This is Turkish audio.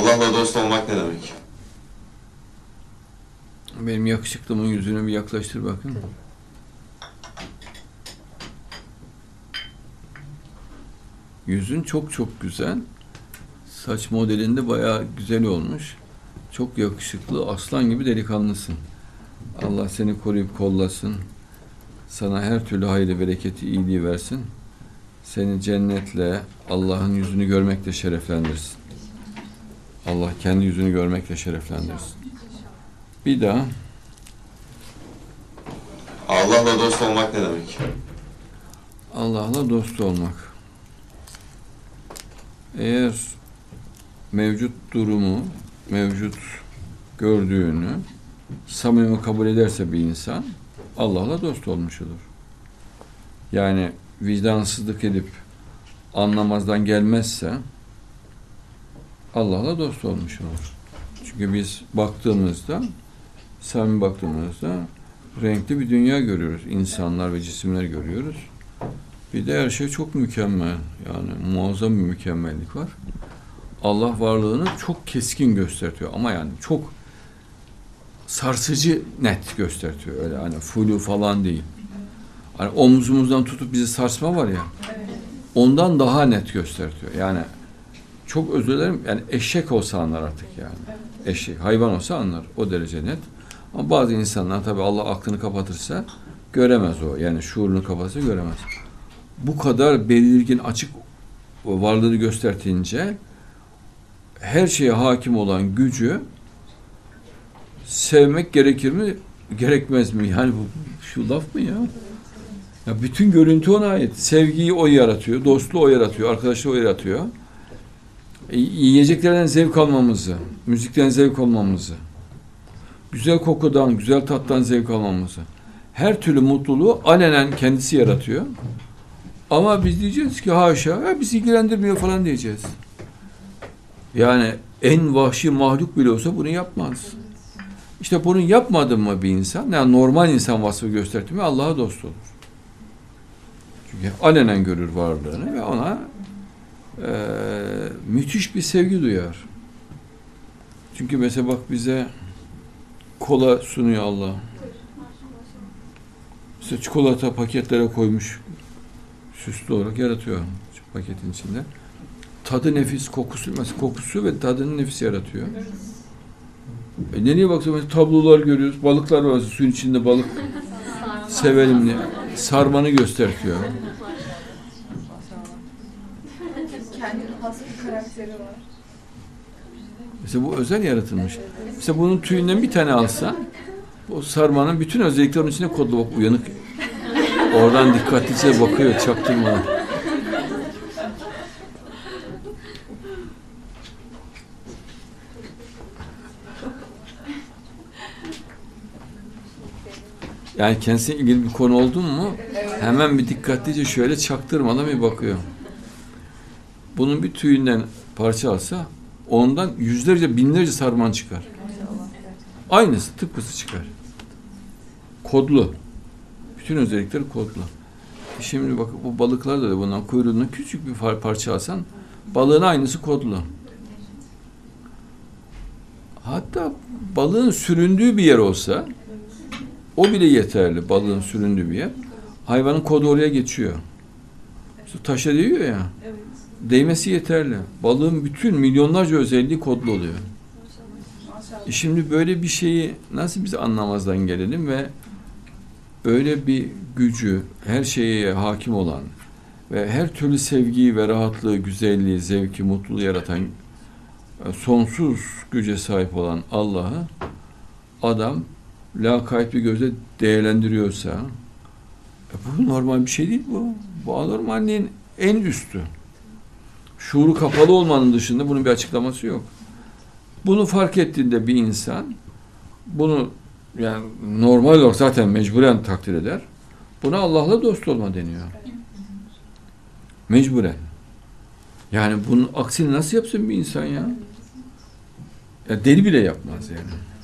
Allah'la dost olmak ne demek? Benim yakışıklımın yüzünü bir yaklaştır bakın. Yüzün çok çok güzel. Saç modelinde bayağı güzel olmuş. Çok yakışıklı, aslan gibi delikanlısın. Allah seni koruyup kollasın. Sana her türlü hayrı, bereketi, iyiliği versin. Seni cennetle, Allah'ın yüzünü görmekle şereflendirsin. Allah kendi yüzünü görmekle şereflendirsin. Bir daha. Allah'la dost olmak ne demek? Allah'la dost olmak. Eğer mevcut durumu, mevcut gördüğünü samimi kabul ederse bir insan Allah'la dost olmuş olur. Yani vicdansızlık edip anlamazdan gelmezse Allah'la dost olmuş olur. Çünkü biz baktığımızda, samimi baktığımızda renkli bir dünya görüyoruz. İnsanlar ve cisimler görüyoruz. Bir de her şey çok mükemmel. Yani muazzam bir mükemmellik var. Allah varlığını çok keskin gösteriyor ama yani çok sarsıcı net gösteriyor. Öyle hani flu falan değil. Hani omzumuzdan tutup bizi sarsma var ya. Ondan daha net gösteriyor. Yani çok özür dilerim. Yani eşek olsa anlar artık yani. Eşek, hayvan olsa anlar. O derece net. Ama bazı insanlar tabii Allah aklını kapatırsa göremez o. Yani şuurunu kapatırsa göremez. Bu kadar belirgin, açık varlığını gösterdiğince her şeye hakim olan gücü sevmek gerekir mi, gerekmez mi? Yani bu şu laf mı ya? Ya bütün görüntü ona ait. Sevgiyi o yaratıyor, dostluğu o yaratıyor, arkadaşlığı o yaratıyor. Yiyeceklerden zevk almamızı, müzikten zevk almamızı, güzel kokudan, güzel tattan zevk almamızı, her türlü mutluluğu alenen kendisi yaratıyor. Ama biz diyeceğiz ki haşa, ya bizi ilgilendirmiyor falan diyeceğiz. Yani en vahşi mahluk bile olsa bunu yapmaz. İşte bunu yapmadı mı bir insan, yani normal insan vasfı gösterdi mi Allah'a dost olur. Çünkü alenen görür varlığını ve ona müthiş bir sevgi duyar. Çünkü mesela bak bize kola sunuyor Allah. İşte çikolata paketlere koymuş, süslü olarak yaratıyor paketin içinde. Tadı nefis, kokusu ve tadını nefis yaratıyor. Nereye baksa mesela tablolar görüyoruz, balıklar var, suyun içinde balık sevelim diye. Sarmanı gösteriyor. Kendi has bir karakteri var. Mesela bu özel yaratılmış. Mesela bunun tüyünden bir tane alsan, o sarmanın bütün özellikleri onun içine kodlu, bak uyanık. Oradan dikkatlice bakıyor, çaktırmadan. Yani kendisine ilgili bir konu oldu mu hemen bir dikkatlice şöyle çaktırmadan bir bakıyor. Bunun bir tüyünden parça alsa ondan yüzlerce, binlerce sarman çıkar. Aynısı, tıpkısı çıkar. Kodlu. Bütün özellikleri kodlu. Şimdi bak bu balıklarda da bundan kuyruğundan küçük bir parça alsan balığın aynısı kodlu. Hatta balığın süründüğü bir yer olsa o bile yeterli, balığın süründüğü bir yer. Hayvanın kodu oraya geçiyor. İşte taşa değiyor ya. Değmesi yeterli. Balığın bütün milyonlarca özelliği kodlu oluyor. Şimdi böyle bir şeyi nasıl biz anlamazdan gelelim ve böyle bir gücü, her şeye hakim olan ve her türlü sevgiyi ve rahatlığı, güzelliği, zevki, mutluluğu yaratan sonsuz güce sahip olan Allah'ı adam lakayt bir gözle değerlendiriyorsa bu normal bir şey değil bu. Bu anormalliğin en üstü. Şuuru kapalı olmanın dışında bunun bir açıklaması yok. Bunu fark ettiğinde bir insan bunu yani normal olarak zaten mecburen takdir eder. Buna Allah'la dost olma deniyor. Mecburen. Yani bunun aksini nasıl yapsın bir insan ya? Ya deli bile yapmaz yani.